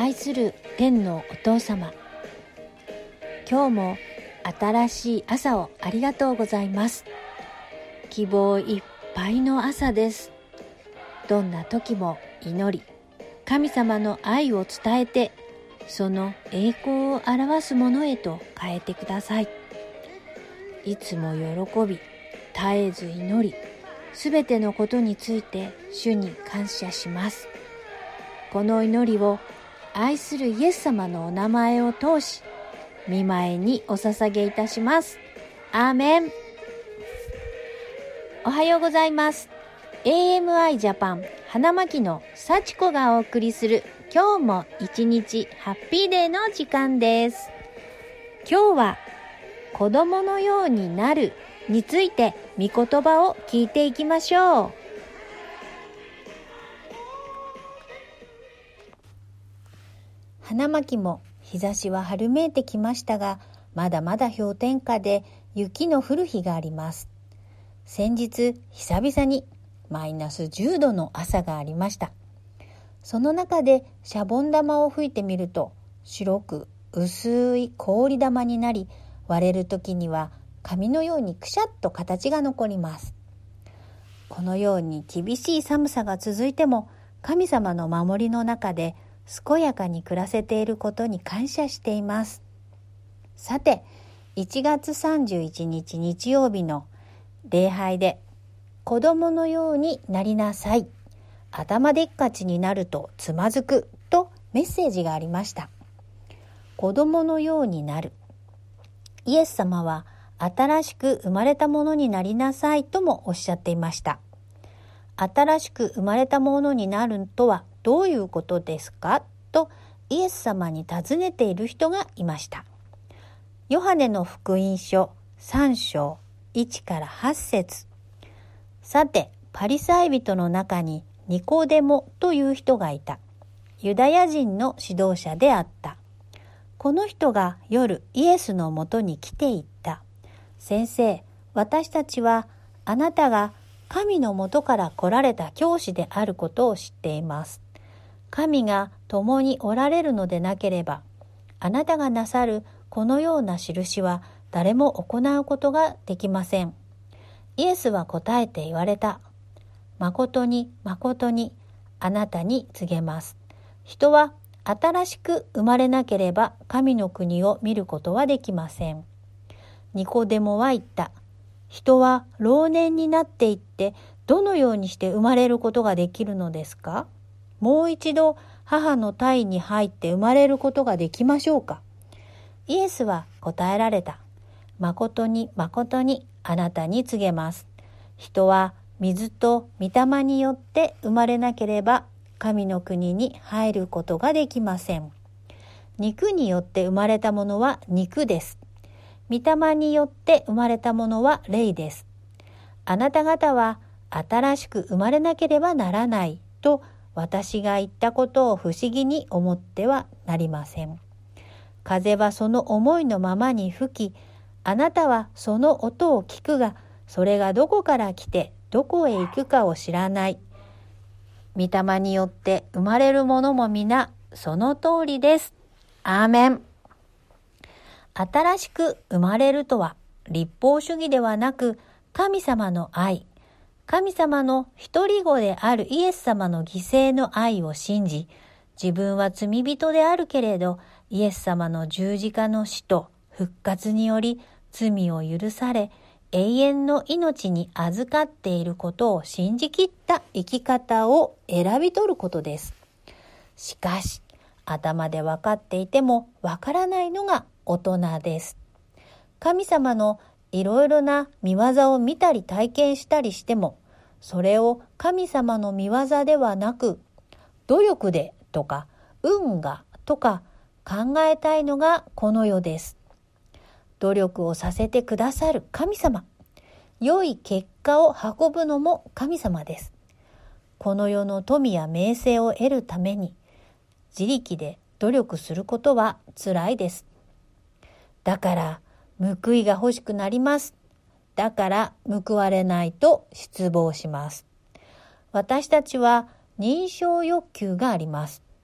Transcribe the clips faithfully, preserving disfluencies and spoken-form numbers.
愛する天のお父様、今日も新しい朝をありがとうございます。希望いっぱいの朝です。どんな時も祈り、神様の愛を伝えて、その栄光を表すものへと変えてください。いつも喜び、絶えず祈り、すべてのことについて主に感謝します。この祈りを愛するイエス様のお名前を通し、御前にお捧げいたします。アーメン。おはようございます。エーエムアイ ジャパン花巻の幸子がお送りする今日も一日ハッピーデーの時間です。今日は子供のようになるについて御言葉を聞いていきましょう。花巻も日差しは春めいてきましたが、まだまだ氷点下で雪の降る日があります。先日久々にマイナスじゅうどの朝がありました。その中でシャボン玉を吹いてみると、白く薄い氷玉になり、割れる時には紙のようにくしゃっと形が残ります。このように厳しい寒さが続いても、神様の守りの中で健やかに暮らせていることに感謝しています。さて、いちがつさんじゅういちにち日曜日の礼拝で、子供のようになりなさい、頭でっかちになるとつまずくとメッセージがありました。子供のようになる。イエス様は新しく生まれたものになりなさいともおっしゃっていました。新しく生まれたものになるとはどういうことですかとイエス様に尋ねている人がいました。ヨハネの福音書さん章いちからはち節。さて、パリサイ人の中にニコデモという人がいた。ユダヤ人の指導者であった。この人が夜イエスのもとに来ていった。先生、私たちはあなたが神のもとから来られた教師であることを知っています。神が共におられるのでなければ、あなたがなさるこのような印は誰も行うことができません。イエスは答えて言われた。誠に誠にあなたに告げます。人は新しく生まれなければ神の国を見ることはできません。ニコデモは言った。人は老年になっていってどのようにして生まれることができるのですか？もう一度母の胎に入って生まれることができましょうか？イエスは答えられた。誠に誠にあなたに告げます。人は水と御霊によって生まれなければ神の国に入ることができません。肉によって生まれたものは肉です。御霊によって生まれたものは霊です。あなた方は新しく生まれなければならないと私が言ったことを不思議に思ってはなりません。風はその思いのままに吹き、あなたはその音を聞くが、それがどこから来てどこへ行くかを知らない。御霊によって生まれるものも皆その通りです。アーメン。新しく生まれるとは、立法主義ではなく神様の愛、神様の一人子であるイエス様の犠牲の愛を信じ、自分は罪人であるけれど、イエス様の十字架の死と復活により罪を許され、永遠の命に預かっていることを信じきった生き方を選び取ることです。しかし、頭で分かっていても分からないのが大人です。神様のいろいろな見業を見たり体験したりしても、それを神様の見業ではなく、努力でとか運がとか考えたいのがこの世です。努力をさせてくださる神様、良い結果を運ぶのも神様です。この世の富や名声を得るために自力で努力することは辛いです。だから報いが欲しくなります。だから報われないと失望します。私たちは認証欲求があります。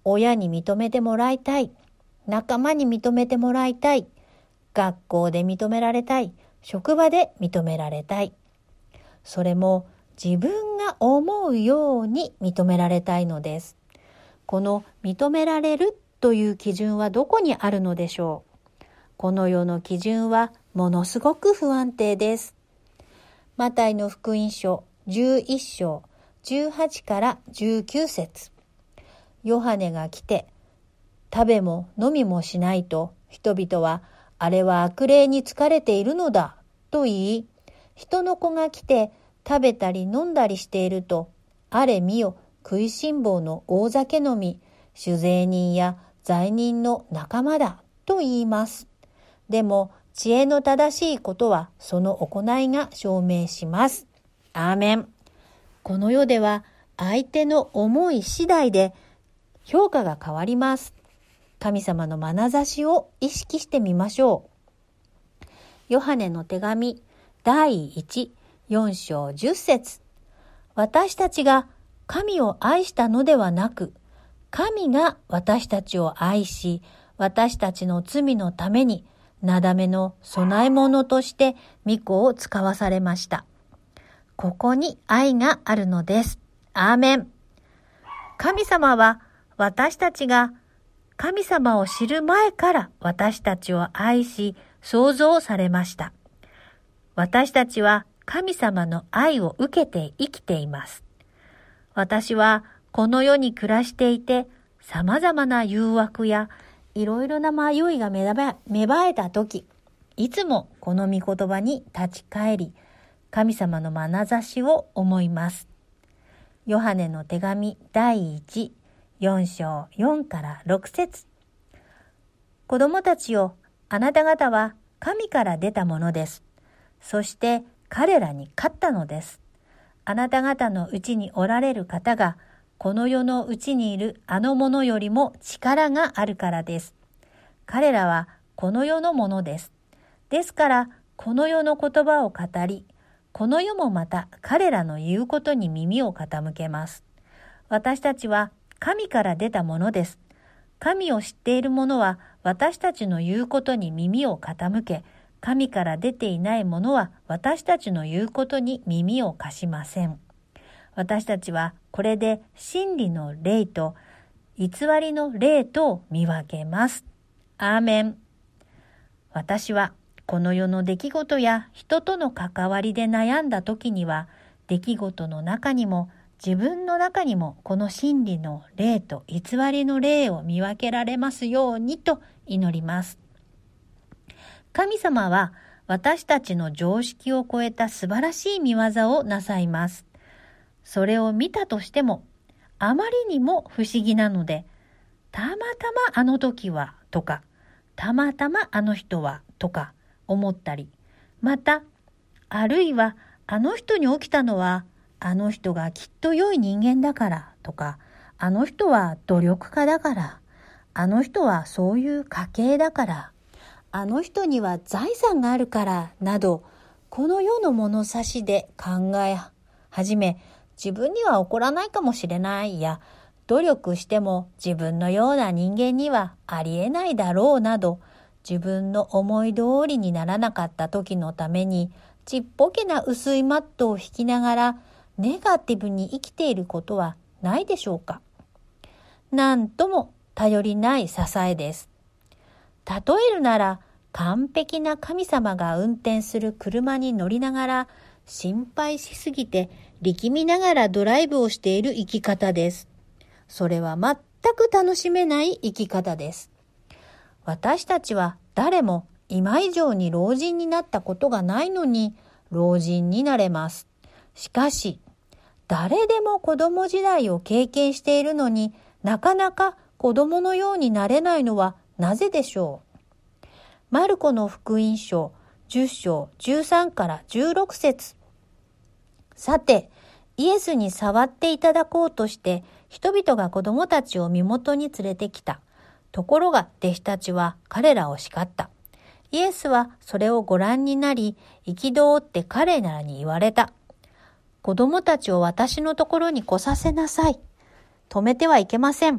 親に認めてもらいたい。仲間に認めてもらいたい。学校で認められたい。職場で認められたい。それも自分が思うように認められたいのです。この認められるという基準はどこにあるのでしょう。この世の基準はものすごく不安定です。マタイの福音書じゅういっ章じゅうはちからじゅうきゅう節。ヨハネが来て食べも飲みもしないと人々はあれは悪霊に疲れているのだと言い、人の子が来て食べたり飲んだりしていると、あれ見よ、食いしん坊の大酒飲み、酒税人や罪人の仲間だと言います。でも知恵の正しいことはその行いが証明します。アーメン。この世では相手の思い次第で評価が変わります。神様の眼差しを意識してみましょう。ヨハネの手紙だいいち、よん章じゅっ節。私たちが神を愛したのではなく、神が私たちを愛し、私たちの罪のためになだめの供え物として御子を使わされました。ここに愛があるのです。アーメン。神様は私たちが神様を知る前から私たちを愛し創造されました。私たちは神様の愛を受けて生きています。私はこの世に暮らしていて様々な誘惑やいろいろな迷いが芽生えたとき、いつもこの御言葉に立ち返り、神様の眼差しを思います。ヨハネの手紙だいいち、よん章よんからろく節。子供たちよ、あなた方は神から出たものです。そして彼らに勝ったのです。あなた方のうちにおられる方が、この世のうちにいるあの者よりも力があるからです。彼らはこの世のものです。ですからこの世の言葉を語り、この世もまた彼らの言うことに耳を傾けます。私たちは神から出たものです。神を知っている者は私たちの言うことに耳を傾け、神から出ていない者は私たちの言うことに耳を貸しません。私たちはこれで真理の霊と偽りの霊と見分けます。アーメン。私はこの世の出来事や人との関わりで悩んだ時には、出来事の中にも自分の中にもこの真理の霊と偽りの霊を見分けられますようにと祈ります。神様は私たちの常識を超えた素晴らしい見業をなさいます。それを見たとしても、あまりにも不思議なので、たまたまあの時はとか、たまたまあの人はとか思ったり、また、あるいはあの人に起きたのは、あの人がきっと良い人間だからとか、あの人は努力家だから、あの人はそういう家系だから、あの人には財産があるからなど、この世の物差しで考え始め、自分には起こらないかもしれないや、努力しても自分のような人間にはありえないだろうなど、自分の思い通りにならなかった時のために、ちっぽけな薄いマットを引きながら、ネガティブに生きていることはないでしょうか。なんとも頼りない支えです。例えるなら、完璧な神様が運転する車に乗りながら、心配しすぎて力みながらドライブをしている生き方です。それは全く楽しめない生き方です。私たちは誰も今以上に老人になったことがないのに老人になれます。しかし、誰でも子供時代を経験しているのになかなか子供のようになれないのはなぜでしょう。マルコの福音書じゅっ章じゅうさんからじゅうろく節。さて、イエスに触っていただこうとして人々が子供たちを身元に連れてきた。ところが弟子たちは彼らを叱った。イエスはそれをご覧になり、憤って彼らに言われた。子供たちを私のところに来させなさい。止めてはいけません。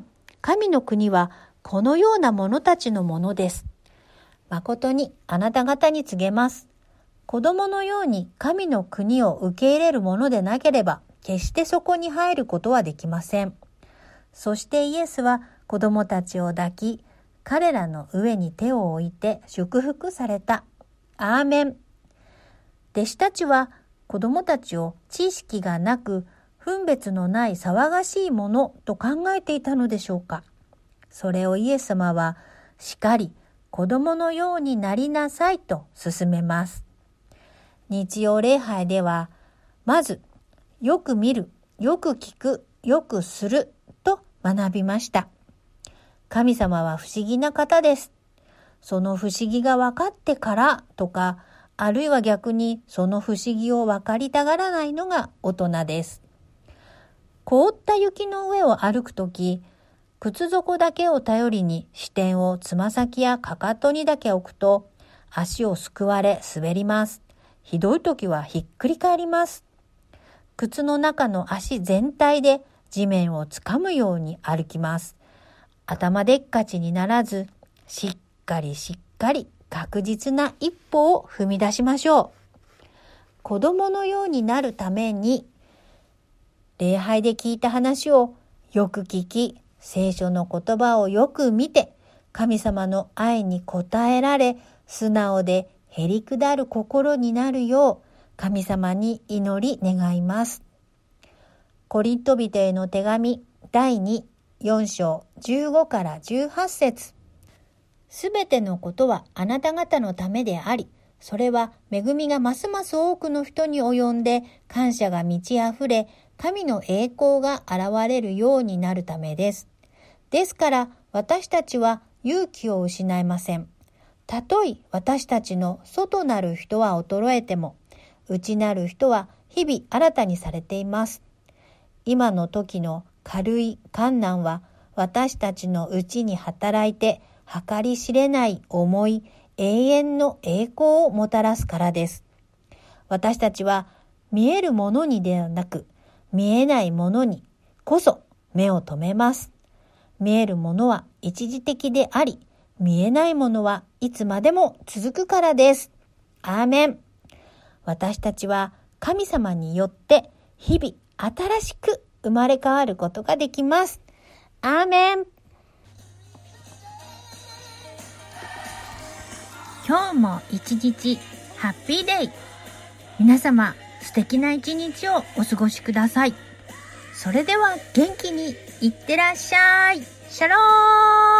神の国はこのような者たちのものです。誠にあなた方に告げます。子供のように神の国を受け入れるものでなければ、決してそこに入ることはできません。そしてイエスは子供たちを抱き、彼らの上に手を置いて祝福された。アーメン。弟子たちは子供たちを知識がなく、分別のない騒がしいものと考えていたのでしょうか。それをイエス様は、しかり子供のようになりなさいと勧めます。日曜礼拝では、まず、よく見る、よく聞く、よくすると学びました。神様は不思議な方です。その不思議が分かってからとか、あるいは逆にその不思議を分かりたがらないのが大人です。凍った雪の上を歩くとき、靴底だけを頼りに視点をつま先やかかとにだけ置くと、足をすくわれ滑ります。ひどいときはひっくり返ります。靴の中の足全体で地面をつかむように歩きます。頭でっかちにならず、しっかりしっかり確実な一歩を踏み出しましょう。子供のようになるために、礼拝で聞いた話をよく聞き、聖書の言葉をよく見て、神様の愛に応えられ、素直でへりくだる心になるよう、神様に祈り願います。コリント人への手紙だいに、よん章じゅうごからじゅうはち節。すべてのことはあなた方のためであり、それは恵みがますます多くの人に及んで、感謝が満ち溢れ、神の栄光が現れるようになるためです。ですから私たちは勇気を失いません。たとえ私たちの外なる人は衰えても、内なる人は日々新たにされています。今の時の軽い困難は私たちのうちに働いて計り知れない重い永遠の栄光をもたらすからです。私たちは見えるものにではなく見えないものにこそ目を留めます。見えるものは一時的であり、見えないものはいつまでも続くからです。アーメン。私たちは神様によって日々新しく生まれ変わることができます。アーメン。今日も一日ハッピーデイ。皆様素敵な一日をお過ごしください。それでは元気にいってらっしゃい。シャローン。